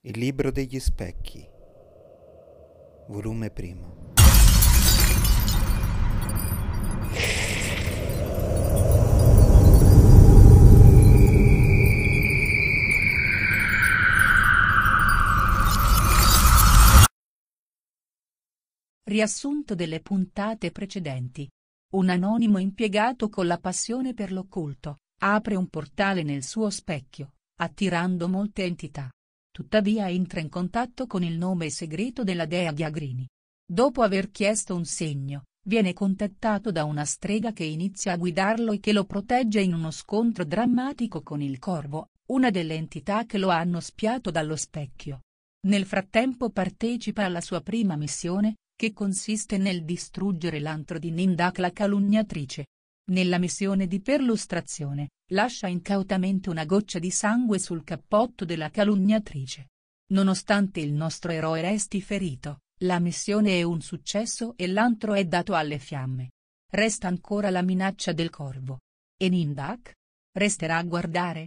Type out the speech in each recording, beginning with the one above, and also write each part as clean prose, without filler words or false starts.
Il libro degli specchi, volume primo. Riassunto delle puntate precedenti. Un anonimo impiegato con la passione per l'occulto apre un portale nel suo specchio, attirando molte entità. Tuttavia entra in contatto con il nome segreto della dea Ghiagrini. Dopo aver chiesto un segno, viene contattato da una strega che inizia a guidarlo e che lo protegge in uno scontro drammatico con il Corvo, una delle entità che lo hanno spiato dallo specchio. Nel frattempo partecipa alla sua prima missione, che consiste nel distruggere l'antro di Nindak la calunniatrice. Nella missione di perlustrazione, lascia incautamente una goccia di sangue sul cappotto della calunniatrice. Nonostante il nostro eroe resti ferito, la missione è un successo e l'antro è dato alle fiamme. Resta ancora la minaccia del Corvo. E Nindak? Resterà a guardare.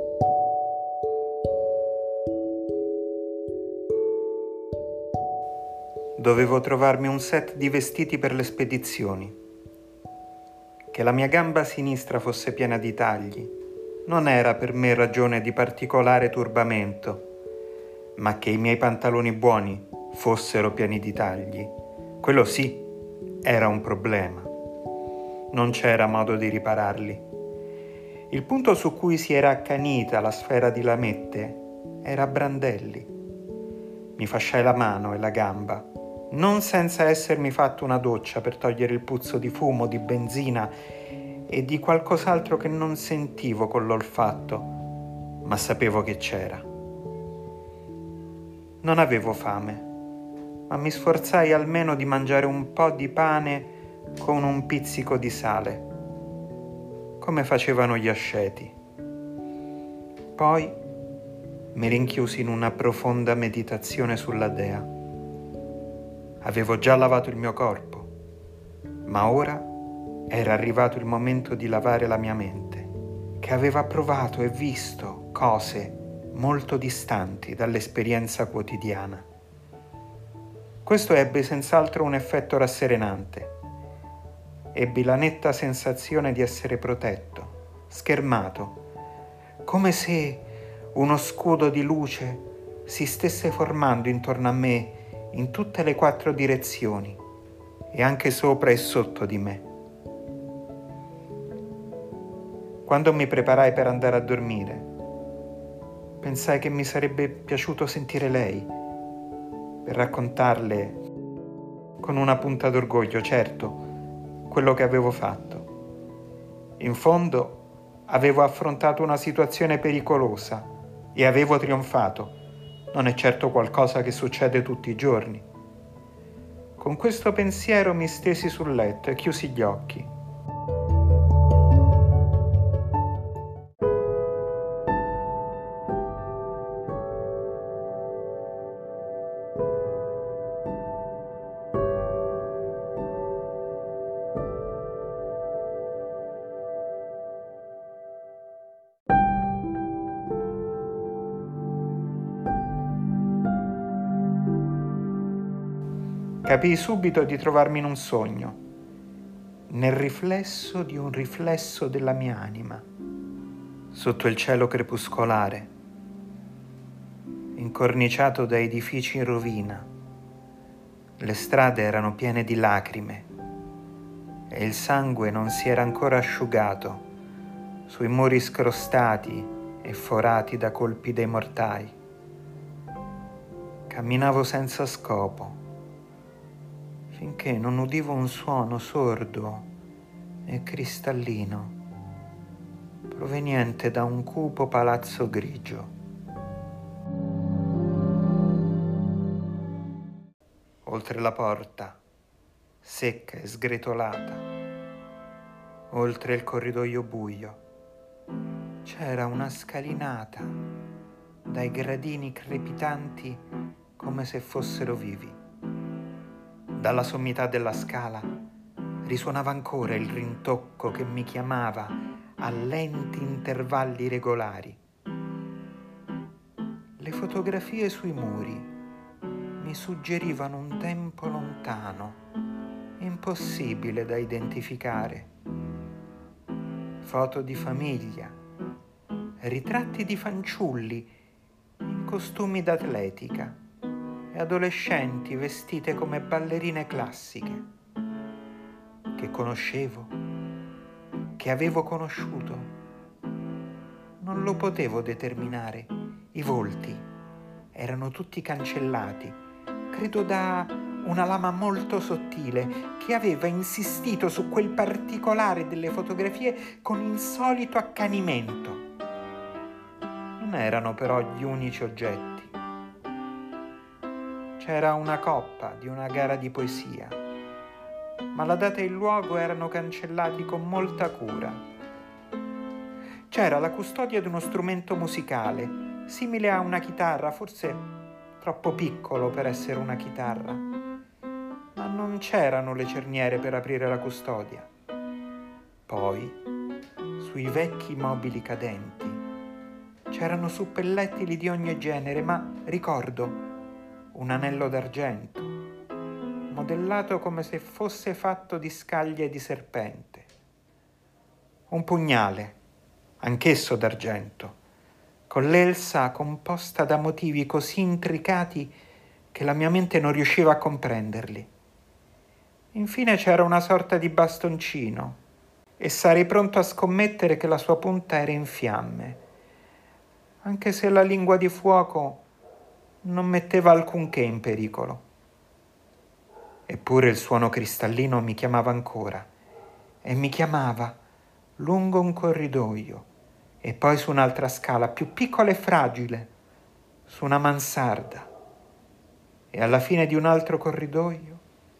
Dovevo trovarmi un set di vestiti per le spedizioni. Che la mia gamba sinistra fosse piena di tagli non era per me ragione di particolare turbamento, ma che i miei pantaloni buoni fossero pieni di tagli, quello sì, era un problema. Non c'era modo di ripararli. Il punto su cui si era accanita la sfera di lamette era Brandelli. Mi fasciai la mano e la gamba, non senza essermi fatto una doccia per togliere il puzzo di fumo, di benzina e di qualcos'altro che non sentivo con l'olfatto, ma sapevo che c'era. Non avevo fame, ma mi sforzai almeno di mangiare un po' di pane con un pizzico di sale, come facevano gli asceti. Poi mi rinchiusi in una profonda meditazione sulla dea. Avevo già lavato il mio corpo, ma ora era arrivato il momento di lavare la mia mente, che aveva provato e visto cose molto distanti dall'esperienza quotidiana. Questo ebbe senz'altro un effetto rasserenante. Ebbi la netta sensazione di essere protetto, schermato, come se uno scudo di luce si stesse formando intorno a me in tutte le 4 direzioni e anche sopra e sotto di me. Quando mi preparai per andare a dormire, pensai che mi sarebbe piaciuto sentire lei, per raccontarle con una punta d'orgoglio, certo, quello che avevo fatto. In fondo, avevo affrontato una situazione pericolosa e avevo trionfato. Non è certo qualcosa che succede tutti i giorni. Con questo pensiero mi stesi sul letto e chiusi gli occhi. Capii subito di trovarmi in un sogno, nel riflesso di un riflesso della mia anima, sotto il cielo crepuscolare, incorniciato da edifici in rovina. Le strade erano piene di lacrime e il sangue non si era ancora asciugato sui muri scrostati e forati da colpi dei mortai. Camminavo senza scopo, finché non udivo un suono sordo e cristallino, proveniente da un cupo palazzo grigio. Oltre la porta, secca e sgretolata, oltre il corridoio buio, c'era una scalinata dai gradini crepitanti come se fossero vivi. Dalla sommità della scala risuonava ancora il rintocco che mi chiamava a lenti intervalli regolari. Le fotografie sui muri mi suggerivano un tempo lontano, impossibile da identificare. Foto di famiglia, ritratti di fanciulli in costumi d'atletica e adolescenti vestite come ballerine classiche, che conoscevo, che avevo conosciuto. Non lo potevo determinare. I volti erano tutti cancellati, credo da una lama molto sottile che aveva insistito su quel particolare delle fotografie con insolito accanimento. Non erano però gli unici oggetti. C'era una coppa di una gara di poesia, ma la data e il luogo erano cancellati con molta cura. C'era la custodia di uno strumento musicale, simile a una chitarra, forse troppo piccolo per essere una chitarra, ma non c'erano le cerniere per aprire la custodia. Poi, sui vecchi mobili cadenti, c'erano suppellettili di ogni genere, ma ricordo un anello d'argento, modellato come se fosse fatto di scaglie di serpente. Un pugnale, anch'esso d'argento, con l'elsa composta da motivi così intricati che la mia mente non riusciva a comprenderli. Infine c'era una sorta di bastoncino e sarei pronto a scommettere che la sua punta era in fiamme, anche se la lingua di fuoco non metteva alcunché in pericolo. Eppure il suono cristallino mi chiamava ancora e mi chiamava lungo un corridoio e poi su un'altra scala più piccola e fragile, su una mansarda e alla fine di un altro corridoio.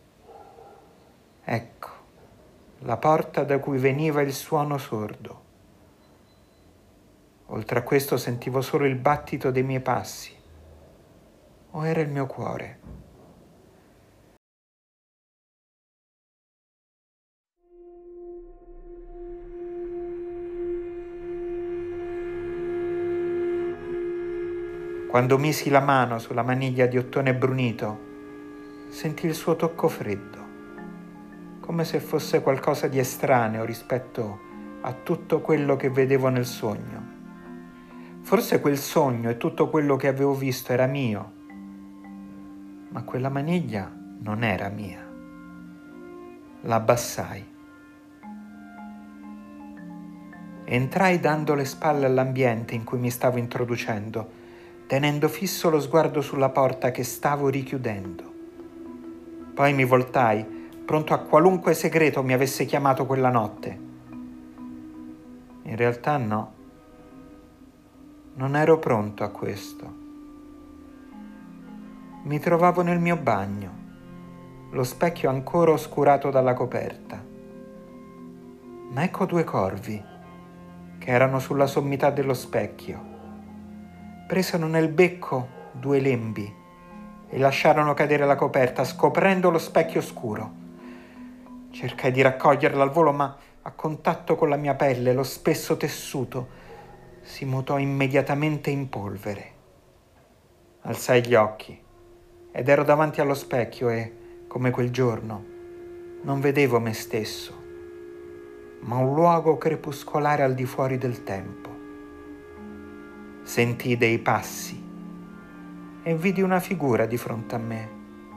Ecco, la porta da cui veniva il suono sordo. Oltre a questo sentivo solo il battito dei miei passi. O era il mio cuore? Quando misi la mano sulla maniglia di ottone brunito, sentii il suo tocco freddo, come se fosse qualcosa di estraneo rispetto a tutto quello che vedevo nel sogno. Forse quel sogno e tutto quello che avevo visto era mio, ma quella maniglia non era mia. La abbassai. Entrai dando le spalle all'ambiente in cui mi stavo introducendo, tenendo fisso lo sguardo sulla porta che stavo richiudendo. Poi mi voltai, pronto a qualunque segreto mi avesse chiamato quella notte. In realtà no. Non ero pronto a questo. Mi trovavo nel mio bagno, lo specchio ancora oscurato dalla coperta. Ma ecco due corvi che erano sulla sommità dello specchio. Presero nel becco due lembi e lasciarono cadere la coperta, scoprendo lo specchio scuro. Cercai di raccoglierla al volo, ma a contatto con la mia pelle, lo spesso tessuto si mutò immediatamente in polvere. Alzai gli occhi ed ero davanti allo specchio e, come quel giorno, non vedevo me stesso, ma un luogo crepuscolare al di fuori del tempo. Sentii dei passi e vidi una figura di fronte a me.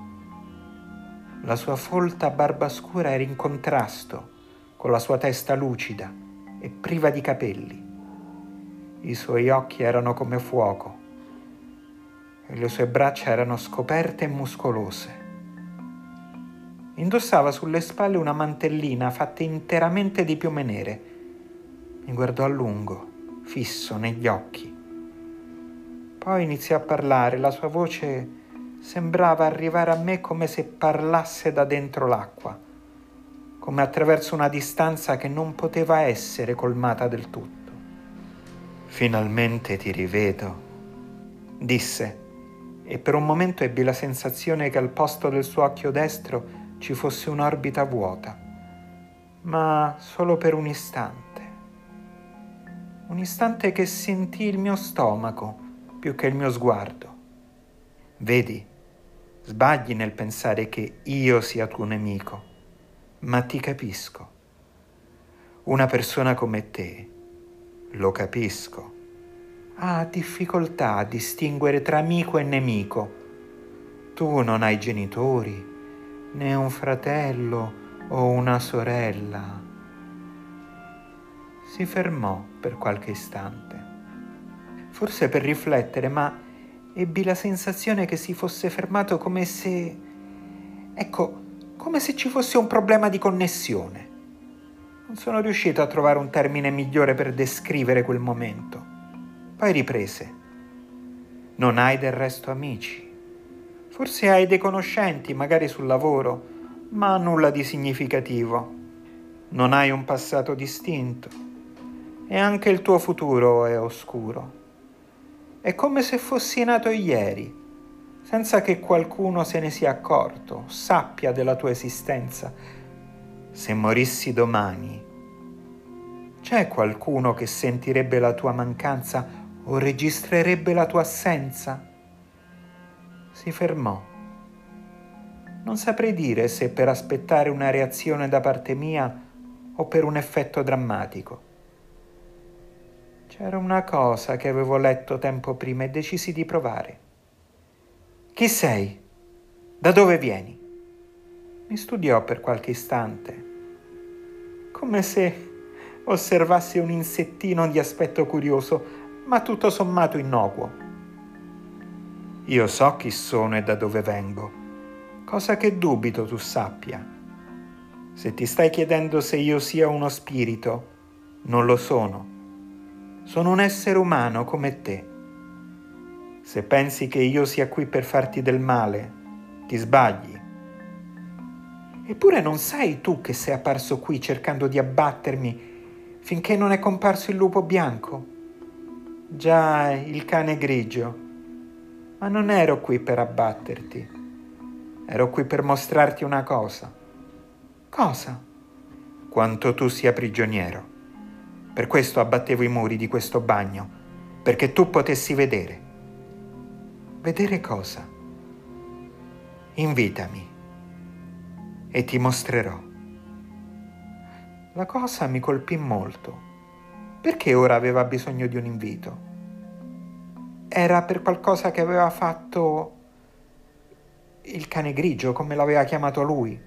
La sua folta barba scura era in contrasto con la sua testa lucida e priva di capelli. I suoi occhi erano come fuoco e le sue braccia erano scoperte e muscolose. Indossava sulle spalle una mantellina fatta interamente di piume nere. Mi guardò a lungo, fisso negli occhi. Poi iniziò a parlare, la sua voce sembrava arrivare a me come se parlasse da dentro l'acqua, come attraverso una distanza che non poteva essere colmata del tutto. Finalmente ti rivedo, disse, e per un momento ebbi la sensazione che al posto del suo occhio destro ci fosse un'orbita vuota, ma solo per un istante che sentii il mio stomaco più che il mio sguardo. Vedi, sbagli nel pensare che io sia tuo nemico, ma ti capisco. Una persona come te, lo capisco, ha difficoltà a distinguere tra amico e nemico. Tu non hai genitori, né un fratello o una sorella. Si fermò per qualche istante, forse per riflettere, ma ebbi la sensazione che si fosse fermato come se ci fosse un problema di connessione. Non sono riuscito a trovare un termine migliore per descrivere quel momento. Poi riprese. Non hai del resto amici. Forse hai dei conoscenti, magari sul lavoro, ma nulla di significativo. Non hai un passato distinto e anche il tuo futuro è oscuro. È come se fossi nato ieri, senza che qualcuno se ne sia accorto, sappia della tua esistenza. Se morissi domani, c'è qualcuno che sentirebbe la tua mancanza o registrerebbe la tua assenza? Si fermò. Non saprei dire se per aspettare una reazione da parte mia o per un effetto drammatico. C'era una cosa che avevo letto tempo prima e decisi di provare. Chi sei? Da dove vieni? Mi studiò per qualche istante, come se osservassi un insettino di aspetto curioso, ma tutto sommato innocuo. Io so chi sono e da dove vengo, cosa che dubito tu sappia. Se ti stai chiedendo se io sia uno spirito, non lo sono. Sono un essere umano come te. Se pensi che io sia qui per farti del male, ti sbagli. Eppure non sei tu che sei apparso qui cercando di abbattermi finché non è comparso il lupo bianco? Già, il cane grigio. Ma non ero qui per abbatterti. Ero qui per mostrarti una cosa. Cosa? Quanto tu sia prigioniero. Per questo abbattevo i muri di questo bagno, perché tu potessi vedere. Vedere cosa? Invitami e ti mostrerò. La cosa mi colpì molto. Perché ora aveva bisogno di un invito? Era per qualcosa che aveva fatto il cane grigio, come l'aveva chiamato lui.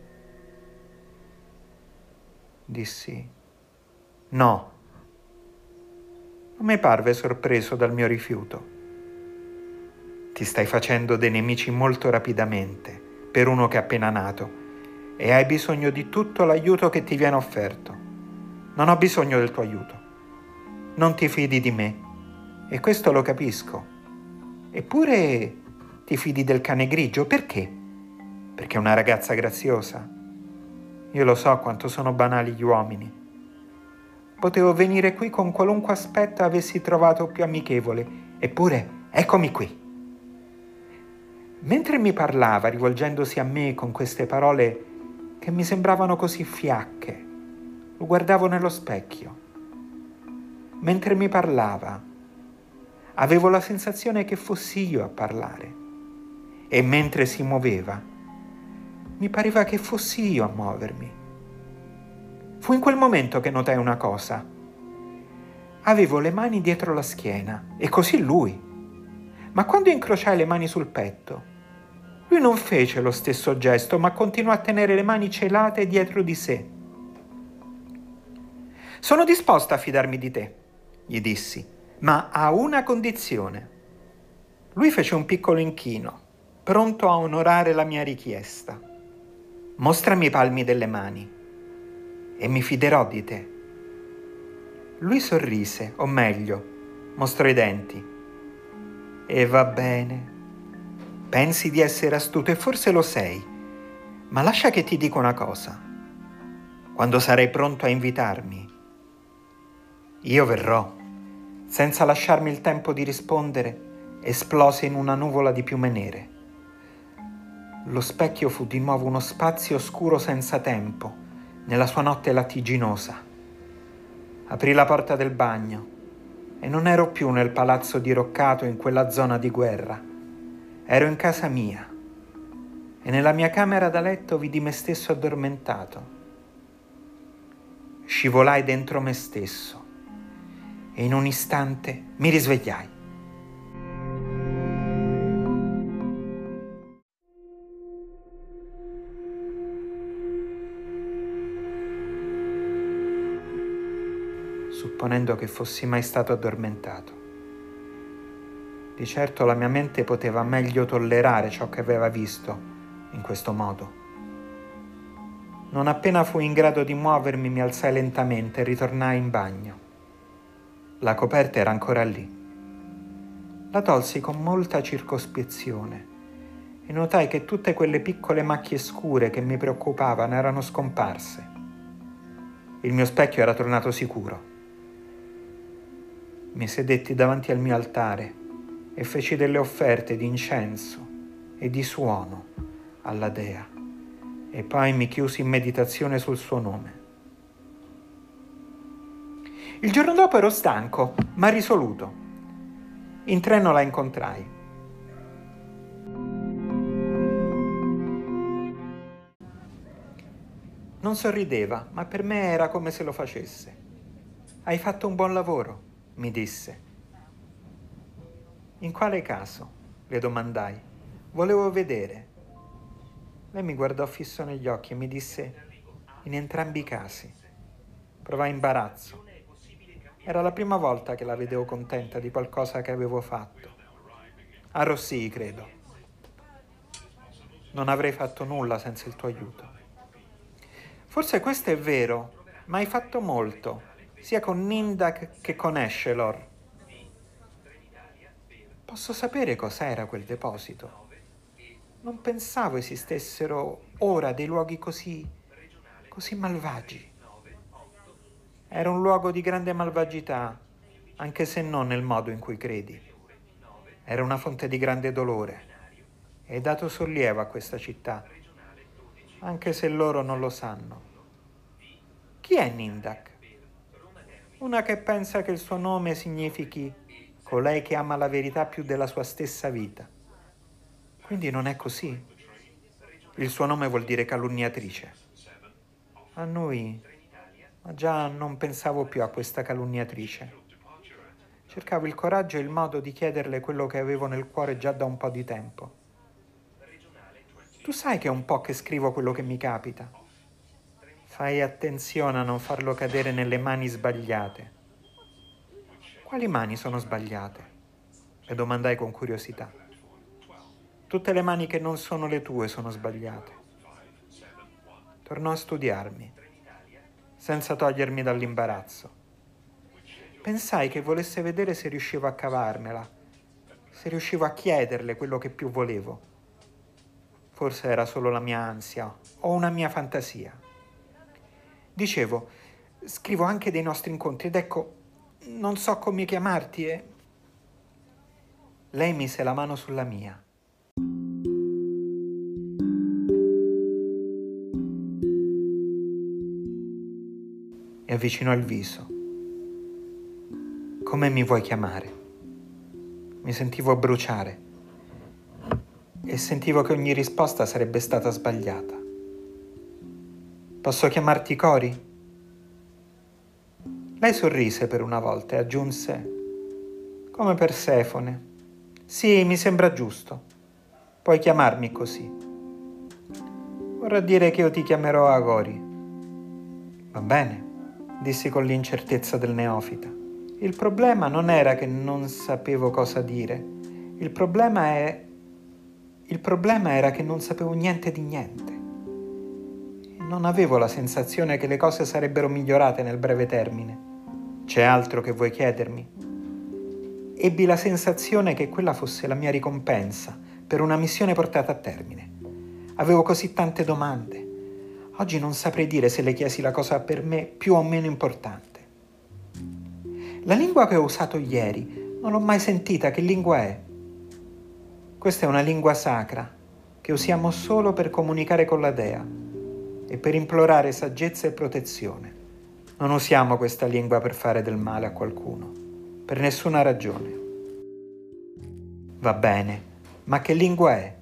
Dissi: no. Non mi parve sorpreso dal mio rifiuto. Ti stai facendo dei nemici molto rapidamente per uno che è appena nato e hai bisogno di tutto l'aiuto che ti viene offerto. Non ho bisogno del tuo aiuto. Non ti fidi di me e questo lo capisco. Eppure ti fidi del cane grigio, perché? Perché è una ragazza graziosa. Io lo so quanto sono banali gli uomini. Potevo venire qui con qualunque aspetto avessi trovato più amichevole, eppure eccomi qui. Mentre mi parlava, rivolgendosi a me con queste parole che mi sembravano così fiacche, lo guardavo nello specchio. Mentre mi parlava, avevo la sensazione che fossi io a parlare e mentre si muoveva mi pareva che fossi io a muovermi. Fu in quel momento che notai una cosa. Avevo le mani dietro la schiena e così lui. Ma quando incrociai le mani sul petto, lui non fece lo stesso gesto, ma continuò a tenere le mani celate dietro di sé. Sono disposta a fidarmi di te, gli dissi, ma a una condizione. Lui fece un piccolo inchino, pronto a onorare la mia richiesta. Mostrami i palmi delle mani e mi fiderò di te. Lui sorrise, o meglio, mostrò i denti. E va bene. Pensi di essere astuto e forse lo sei, ma lascia che ti dica una cosa. Quando sarai pronto a invitarmi, io verrò. Senza lasciarmi il tempo di rispondere, esplose in una nuvola di piume nere. Lo specchio fu di nuovo uno spazio oscuro senza tempo, nella sua notte lattiginosa. Aprì la porta del bagno e non ero più nel palazzo diroccato in quella zona di guerra. Ero in casa mia e nella mia camera da letto vidi me stesso addormentato. Scivolai dentro me stesso e in un istante mi risvegliai. Supponendo che fossi mai stato addormentato. Di certo la mia mente poteva meglio tollerare ciò che aveva visto in questo modo. Non appena fui in grado di muovermi, mi alzai lentamente e ritornai in bagno. La coperta era ancora lì. La tolsi con molta circospezione e notai che tutte quelle piccole macchie scure che mi preoccupavano erano scomparse. Il mio specchio era tornato sicuro. Mi sedetti davanti al mio altare e feci delle offerte di incenso e di suono alla dea e poi mi chiusi in meditazione sul suo nome. Il giorno dopo ero stanco, ma risoluto. In treno la incontrai. Non sorrideva, ma per me era come se lo facesse. Hai fatto un buon lavoro, mi disse. In quale caso? Le domandai. Volevo vedere. Lei mi guardò fisso negli occhi e mi disse: in entrambi i casi. Provai imbarazzo. Era la prima volta che la vedevo contenta di qualcosa che avevo fatto. Arrossii, credo. Non avrei fatto nulla senza il tuo aiuto. Forse questo è vero, ma hai fatto molto, sia con Nindak che con Escelor. Posso sapere cos'era quel deposito? Non pensavo esistessero ora dei luoghi così malvagi. Era un luogo di grande malvagità, anche se non nel modo in cui credi. Era una fonte di grande dolore e hai dato sollievo a questa città, anche se loro non lo sanno. Chi è Nindak? Una che pensa che il suo nome significhi colei che ama la verità più della sua stessa vita. Quindi non è così. Il suo nome vuol dire calunniatrice. A noi, ma già non pensavo più a questa calunniatrice. Cercavo il coraggio e il modo di chiederle quello che avevo nel cuore già da un po' di tempo. Tu sai che è un po' che scrivo quello che mi capita. Fai attenzione a non farlo cadere nelle mani sbagliate. Quali mani sono sbagliate? Le domandai con curiosità. Tutte le mani che non sono le tue sono sbagliate. Tornò a studiarmi, senza togliermi dall'imbarazzo. Pensai che volesse vedere se riuscivo a cavarmela, se riuscivo a chiederle quello che più volevo. Forse era solo la mia ansia o una mia fantasia. Dicevo, scrivo anche dei nostri incontri ed ecco, non so come chiamarti e... Lei mise la mano sulla mia. E avvicinò il viso. Come mi vuoi chiamare? Mi sentivo bruciare e sentivo che ogni risposta sarebbe stata sbagliata. Posso chiamarti Cori? Lei sorrise per una volta e aggiunse, come Persefone. Sì, mi sembra giusto. Puoi chiamarmi così. Vorrà dire che io ti chiamerò Agori. Va bene, dissi con l'incertezza del neofita. Il problema non era che non sapevo cosa dire. Il problema era che non sapevo niente di niente. E non avevo la sensazione che le cose sarebbero migliorate nel breve termine. C'è altro che vuoi chiedermi? Ebbi la sensazione che quella fosse la mia ricompensa per una missione portata a termine. Avevo così tante domande. Oggi non saprei dire se le chiesi la cosa per me più o meno importante. La lingua che ho usato ieri non l'ho mai sentita. Che lingua è? Questa è una lingua sacra che usiamo solo per comunicare con la Dea e per implorare saggezza e protezione. Non usiamo questa lingua per fare del male a qualcuno, per nessuna ragione. Va bene, ma che lingua è?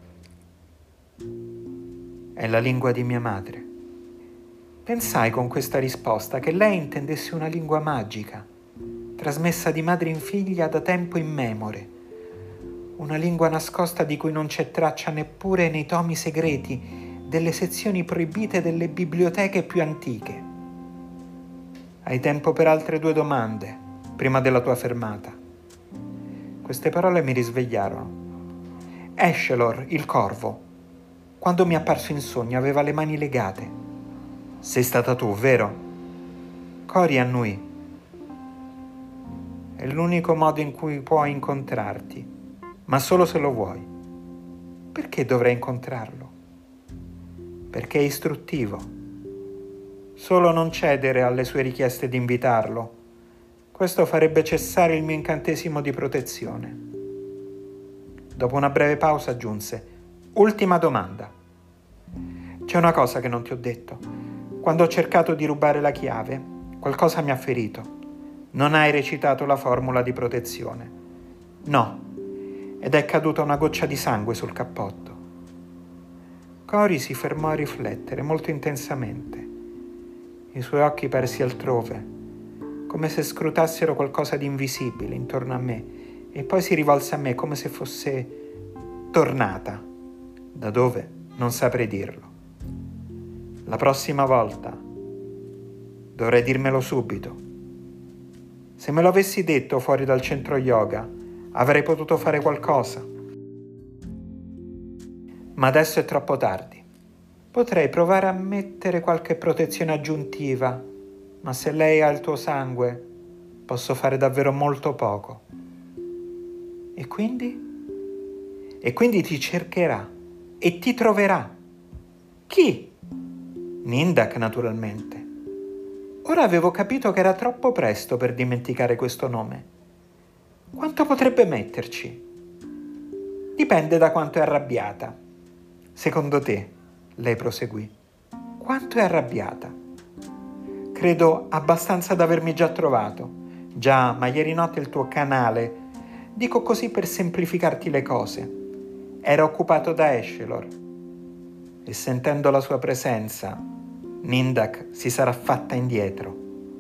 È la lingua di mia madre. Pensai con questa risposta che lei intendesse una lingua magica, trasmessa di madre in figlia da tempo immemore, una lingua nascosta di cui non c'è traccia neppure nei tomi segreti delle sezioni proibite delle biblioteche più antiche. Hai tempo per altre 2 domande, prima della tua fermata. Queste parole mi risvegliarono. Escelor, il corvo, quando mi è apparso in sogno aveva le mani legate. Sei stata tu, vero? Cori annui. È l'unico modo in cui puoi incontrarti, ma solo se lo vuoi. Perché dovrei incontrarlo? Perché è istruttivo. Solo non cedere alle sue richieste di invitarlo. Questo farebbe cessare il mio incantesimo di protezione. Dopo una breve pausa aggiunse: ultima domanda. C'è una cosa che non ti ho detto. Quando ho cercato di rubare la chiave, qualcosa mi ha ferito. Non hai recitato la formula di protezione. No, ed è caduta una goccia di sangue sul cappotto. Cori si fermò a riflettere molto intensamente. I suoi occhi persi altrove, come se scrutassero qualcosa di invisibile intorno a me, e poi si rivolse a me come se fosse tornata. Da dove? Non saprei dirlo. La prossima volta dovrei dirmelo subito. Se me lo avessi detto fuori dal centro yoga, avrei potuto fare qualcosa. Ma adesso è troppo tardi. Potrei provare a mettere qualche protezione aggiuntiva, ma se lei ha il tuo sangue, posso fare davvero molto poco. E quindi? E quindi ti cercherà e ti troverà. Chi? Nindak, naturalmente. Ora avevo capito che era troppo presto per dimenticare questo nome. Quanto potrebbe metterci? Dipende da quanto è arrabbiata. Secondo te, lei proseguì, quanto è arrabbiata? Credo abbastanza da avermi già trovato. Già, ma ieri notte il tuo canale, dico così per semplificarti le cose, era occupato da Escelor. E sentendo la sua presenza, Nindak si sarà fatta indietro.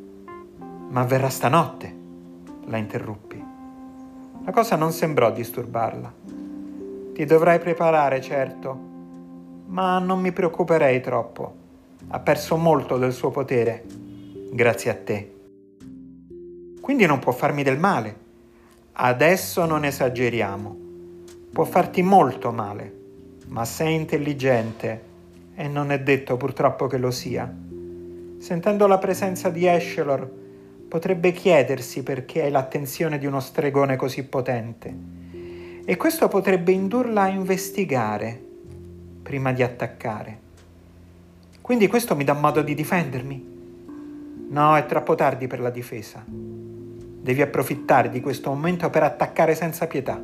Ma verrà stanotte, la interruppi. La cosa non sembrò disturbarla. Ti dovrai preparare, certo, ma non mi preoccuperei troppo. Ha perso molto del suo potere, grazie a te. Quindi non può farmi del male. Adesso non esageriamo. Può farti molto male, ma sei intelligente e non è detto purtroppo che lo sia. Sentendo la presenza di Escelor, potrebbe chiedersi perché hai l'attenzione di uno stregone così potente. E questo potrebbe indurla a investigare prima di attaccare. Quindi questo mi dà modo di difendermi? No, è troppo tardi per la difesa. Devi approfittare di questo momento per attaccare senza pietà.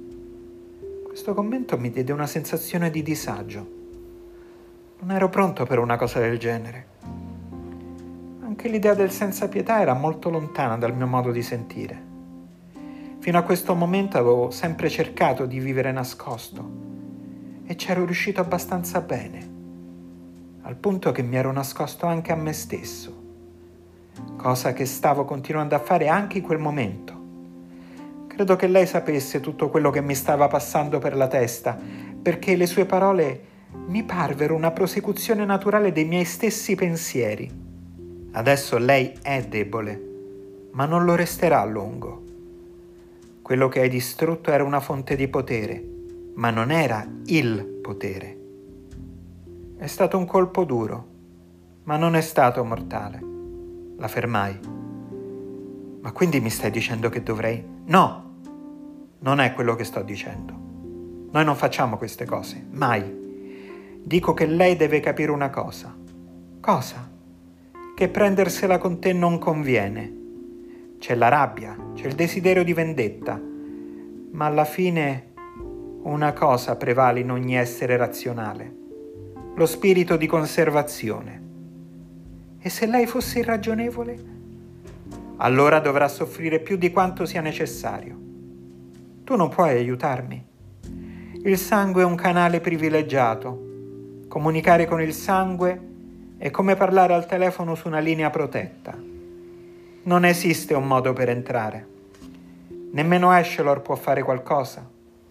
Questo commento mi diede una sensazione di disagio. Non ero pronto per una cosa del genere. Anche l'idea del senza pietà era molto lontana dal mio modo di sentire. Fino a questo momento avevo sempre cercato di vivere nascosto e c'ero riuscito abbastanza bene, al punto che mi ero nascosto anche a me stesso, cosa che stavo continuando a fare anche in quel momento. Credo che lei sapesse tutto quello che mi stava passando per la testa, perché le sue parole mi parvero una prosecuzione naturale dei miei stessi pensieri. Adesso lei è debole, ma non lo resterà a lungo. Quello che hai distrutto era una fonte di potere, ma non era il potere. È stato un colpo duro, ma non è stato mortale. La fermai. Ma quindi mi stai dicendo che dovrei... No! Non è quello che sto dicendo. Noi non facciamo queste cose, mai. Dico che lei deve capire una cosa. Cosa? Che prendersela con te non conviene. C'è la rabbia, c'è il desiderio di vendetta, ma alla fine una cosa prevale in ogni essere razionale: lo spirito di conservazione. E se lei fosse irragionevole? allora dovrà soffrire più di quanto sia necessario. Tu non puoi aiutarmi. Il sangue è un canale privilegiato. Comunicare con il sangue è come parlare al telefono su una linea protetta. Non esiste un modo per entrare. Nemmeno Escelor può fare qualcosa.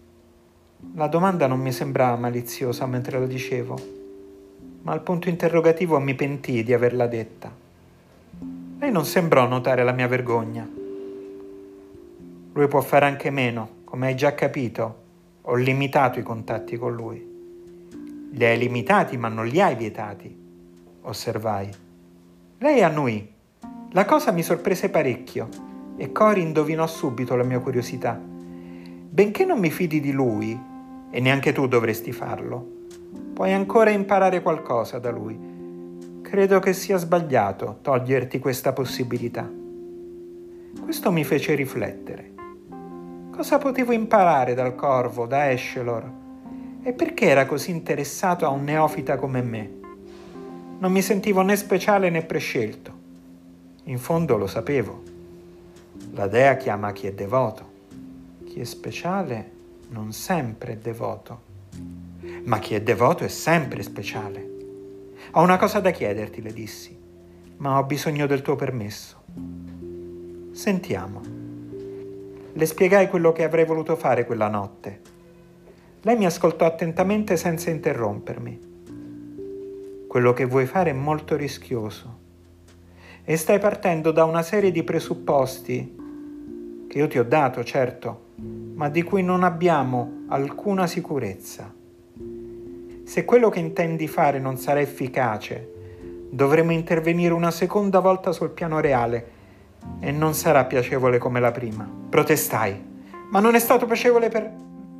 La domanda non mi sembrava maliziosa mentre lo dicevo, ma al punto interrogativo mi pentii di averla detta. Lei non sembrò notare la mia vergogna. Lui può fare anche meno, come hai già capito. Ho limitato i contatti con lui. Li hai limitati, ma non li hai vietati, osservai. Lei annui. La cosa mi sorprese parecchio e Cory indovinò subito la mia curiosità. Benché non mi fidi di lui, e neanche tu dovresti farlo, puoi ancora imparare qualcosa da lui. Credo che sia sbagliato toglierti questa possibilità. Questo mi fece riflettere. Cosa potevo imparare dal corvo, da Escelor? E perché era così interessato a un neofita come me? Non mi sentivo né speciale né prescelto. In fondo lo sapevo. La dea chiama chi è devoto. Chi è speciale non sempre è devoto. Ma chi è devoto è sempre speciale. Ho una cosa da chiederti, le dissi, ma ho bisogno del tuo permesso. Sentiamo. Le spiegai quello che avrei voluto fare quella notte. Lei mi ascoltò attentamente senza interrompermi. Quello che vuoi fare è molto rischioso e stai partendo da una serie di presupposti che io ti ho dato, certo, ma di cui non abbiamo alcuna sicurezza. Se quello che intendi fare non sarà efficace, dovremo intervenire una seconda volta sul piano reale e non sarà piacevole come la prima. Protestai, ma non è stato piacevole per...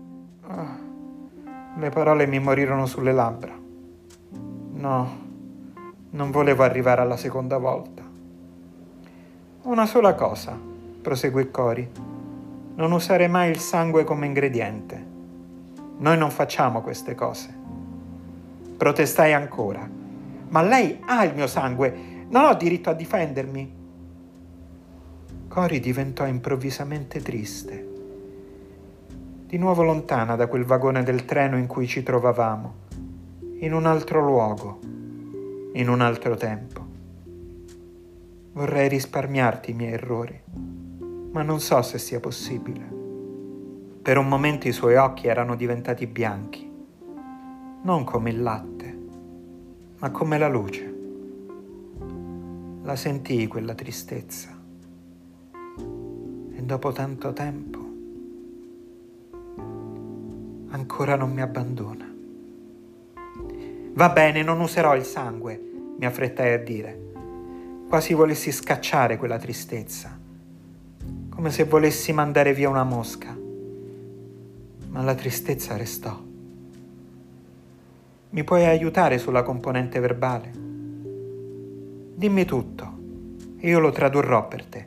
Le parole mi morirono sulle labbra. No, non volevo arrivare alla seconda volta. Una sola cosa, proseguì Cory. Non usare mai il sangue come ingrediente. Noi non facciamo queste cose. Protestai ancora. Ma lei ha il mio sangue. Non ho diritto a difendermi. Cory diventò improvvisamente triste. Di nuovo lontana da quel vagone del treno in cui ci trovavamo. In un altro luogo. In un altro tempo. Vorrei risparmiarti i miei errori, ma non so se sia possibile. Per un momento i suoi occhi erano diventati bianchi. Non come il latte, ma come la luce. La sentii quella tristezza. E dopo tanto tempo ancora non mi abbandona. Va bene, non userò il sangue, mi affrettai a dire. Quasi volessi scacciare quella tristezza, come se volessi mandare via una mosca. Ma la tristezza restò. Mi puoi aiutare sulla componente verbale? Dimmi tutto e io lo tradurrò per te.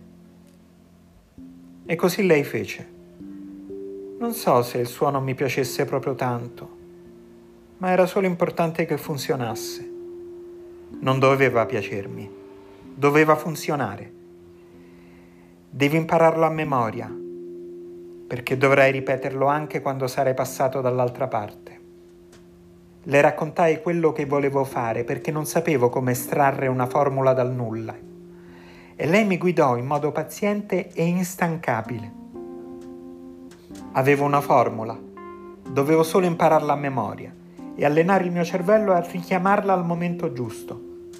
E così lei fece. Non so se il suono mi piacesse proprio tanto, ma era solo importante che funzionasse. Non doveva piacermi, doveva funzionare. Devi impararlo a memoria, perché dovrai ripeterlo anche quando sarai passato dall'altra parte. Le raccontai quello che volevo fare perché non sapevo come estrarre una formula dal nulla. E lei mi guidò in modo paziente e instancabile. Avevo una formula, dovevo solo impararla a memoria e allenare il mio cervello a richiamarla al momento giusto.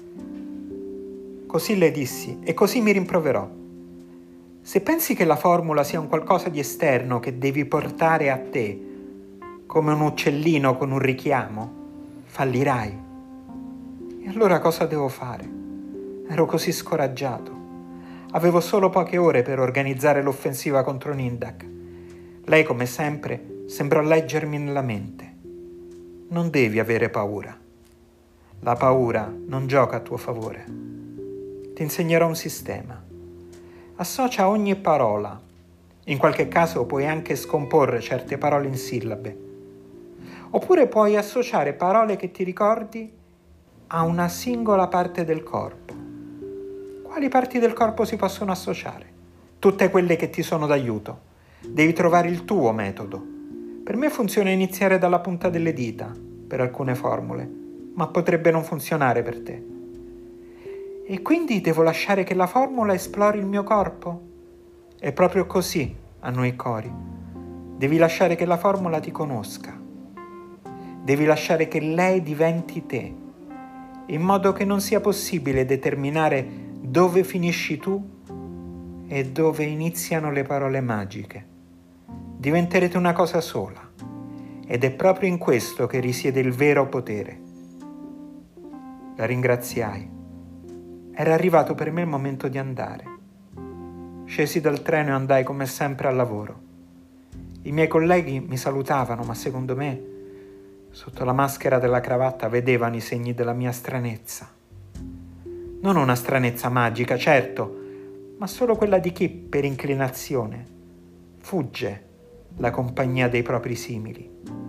Così le dissi e così mi rimproverò. Se pensi che la formula sia un qualcosa di esterno che devi portare a te, come un uccellino con un richiamo, fallirai. E allora cosa devo fare? Ero così scoraggiato. Avevo solo poche ore per organizzare l'offensiva contro Nindak. Lei, come sempre, sembrò leggermi nella mente. Non devi avere paura. La paura non gioca a tuo favore. Ti insegnerò un sistema. Associa ogni parola. In qualche caso puoi anche scomporre certe parole in sillabe. Oppure puoi associare parole che ti ricordi a una singola parte del corpo. quali parti del corpo si possono associare? Tutte quelle che ti sono d'aiuto. Devi trovare il tuo metodo. Per me funziona iniziare dalla punta delle dita, per alcune formule, ma potrebbe non funzionare per te. E quindi devo lasciare che la formula esplori il mio corpo? È proprio così a noi cori. Devi lasciare che la formula ti conosca. Devi lasciare che lei diventi te, in modo che non sia possibile determinare dove finisci tu e dove iniziano le parole magiche. Diventerete una cosa sola, ed è proprio in questo che risiede il vero potere. La ringraziai. Era arrivato per me il momento di andare. Scesi dal treno e andai come sempre al lavoro. I miei colleghi mi salutavano, ma secondo me, sotto la maschera della cravatta vedevano i segni della mia stranezza. Non una stranezza magica, certo, ma solo quella di chi, per inclinazione, fugge la compagnia dei propri simili.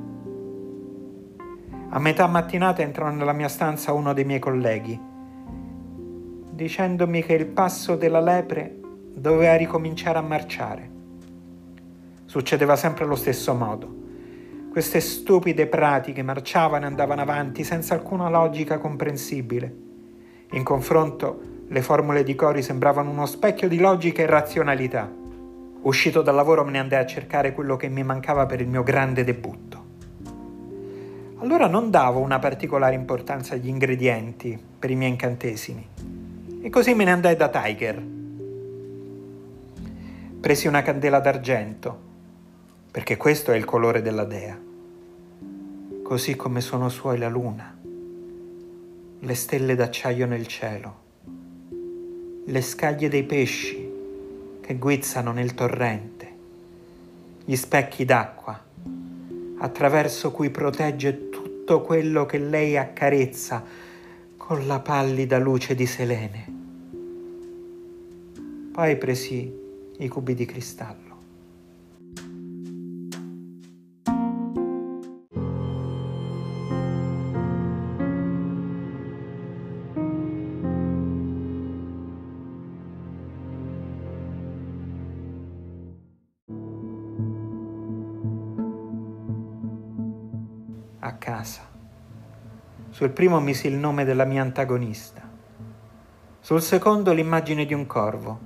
A metà mattinata entrò nella mia stanza uno dei miei colleghi, dicendomi che il passo della lepre doveva ricominciare a marciare. Succedeva sempre allo stesso modo. Queste stupide pratiche marciavano e andavano avanti senza alcuna logica comprensibile. In confronto, le formule di Cori sembravano uno specchio di logica e razionalità. Uscito dal lavoro me ne andai a cercare quello che mi mancava per il mio grande debutto. Allora non davo una particolare importanza agli ingredienti per i miei incantesimi. E così me ne andai da Tiger. Presi una candela d'argento, perché questo è il colore della dea, così come sono suoi la luna, le stelle d'acciaio nel cielo, le scaglie dei pesci che guizzano nel torrente, gli specchi d'acqua, attraverso cui protegge tutto quello che lei accarezza con la pallida luce di Selene. Poi presi i cubi di cristallo. A casa. Sul primo misi il nome della mia antagonista. Sul secondo l'immagine di un corvo.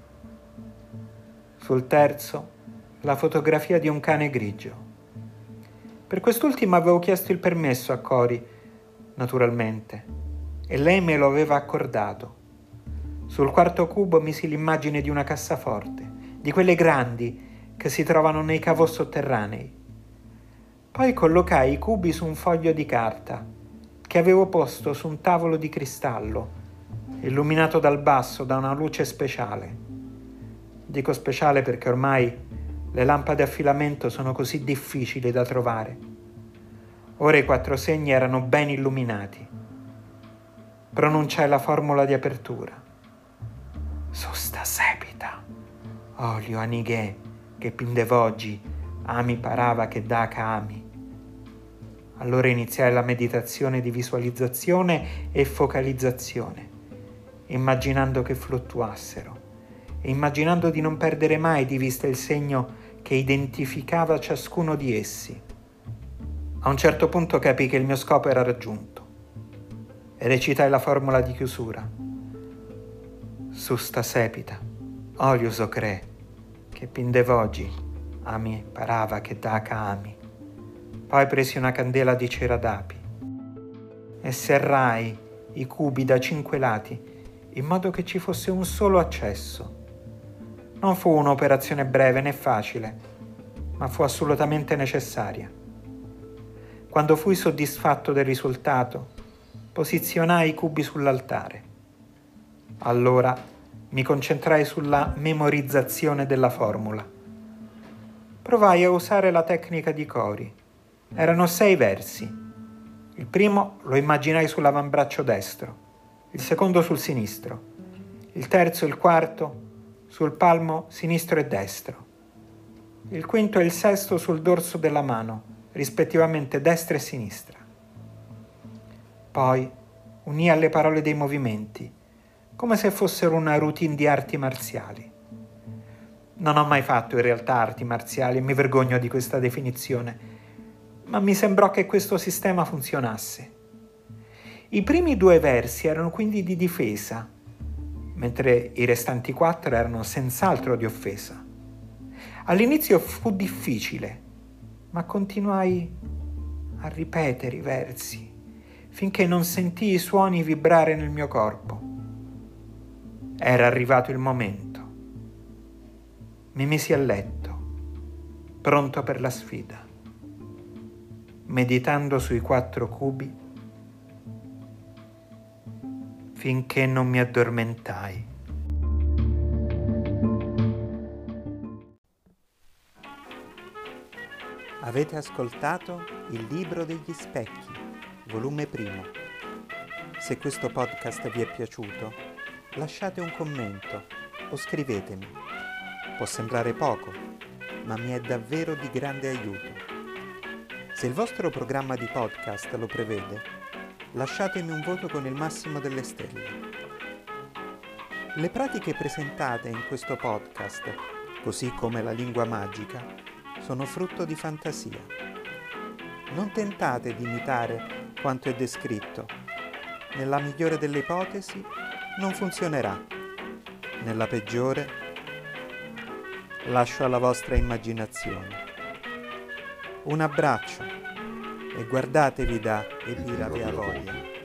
Sul terzo la fotografia di un cane grigio. Per quest'ultimo avevo chiesto il permesso a Cori, naturalmente, e lei me lo aveva accordato. Sul quarto cubo misi l'immagine di una cassaforte, di quelle grandi che si trovano nei cavò sotterranei. Poi collocai i cubi su un foglio di carta che avevo posto su un tavolo di cristallo, illuminato dal basso da una luce speciale. Dico speciale perché ormai le lampade a filamento sono così difficili da trovare. Ora i 4 segni erano ben illuminati. Pronunciai la formula di apertura. Susta sepita, olio anighè, che pindevogi, ami parava che daca ami. Allora iniziai la meditazione di visualizzazione e focalizzazione, immaginando che fluttuassero e immaginando di non perdere mai di vista il segno che identificava ciascuno di essi. A un certo punto capii che il mio scopo era raggiunto e recitai la formula di chiusura. Susta sepita, olius ocre, che pindevogi, ami parava che daca ami. Poi presi una candela di cera d'api e serrai i cubi da 5 lati in modo che ci fosse un solo accesso. Non fu un'operazione breve né facile, ma fu assolutamente necessaria. Quando fui soddisfatto del risultato, posizionai i cubi sull'altare. Allora mi concentrai sulla memorizzazione della formula. Provai a usare la tecnica di Cori. Erano 6 versi. Il primo lo immaginai sull'avambraccio destro, il secondo sul sinistro, il terzo e il quarto sul palmo sinistro e destro, il quinto e il sesto sul dorso della mano, rispettivamente destra e sinistra. Poi unii alle parole dei movimenti, come se fossero una routine di arti marziali. Non ho mai fatto in realtà arti marziali e mi vergogno di questa definizione, ma mi sembrò che questo sistema funzionasse. I primi 2 versi erano quindi di difesa, mentre i restanti 4 erano senz'altro di offesa. All'inizio fu difficile, ma continuai a ripetere i versi finché non sentii i suoni vibrare nel mio corpo. Era arrivato il momento. Mi misi a letto, pronto per la sfida, meditando sui 4 cubi finché non mi addormentai. Avete ascoltato Il libro degli specchi, volume 1. Se questo podcast vi è piaciuto, lasciate un commento o scrivetemi. Può sembrare poco, ma mi è davvero di grande aiuto. Se il vostro programma di podcast lo prevede, lasciatemi un voto con il massimo delle stelle. Le pratiche presentate in questo podcast, così come la lingua magica, sono frutto di fantasia. Non tentate di imitare quanto è descritto. Nella migliore delle ipotesi non funzionerà. Nella peggiore lascio alla vostra immaginazione. Un abbraccio e guardatevi da Epira Vea Voglia.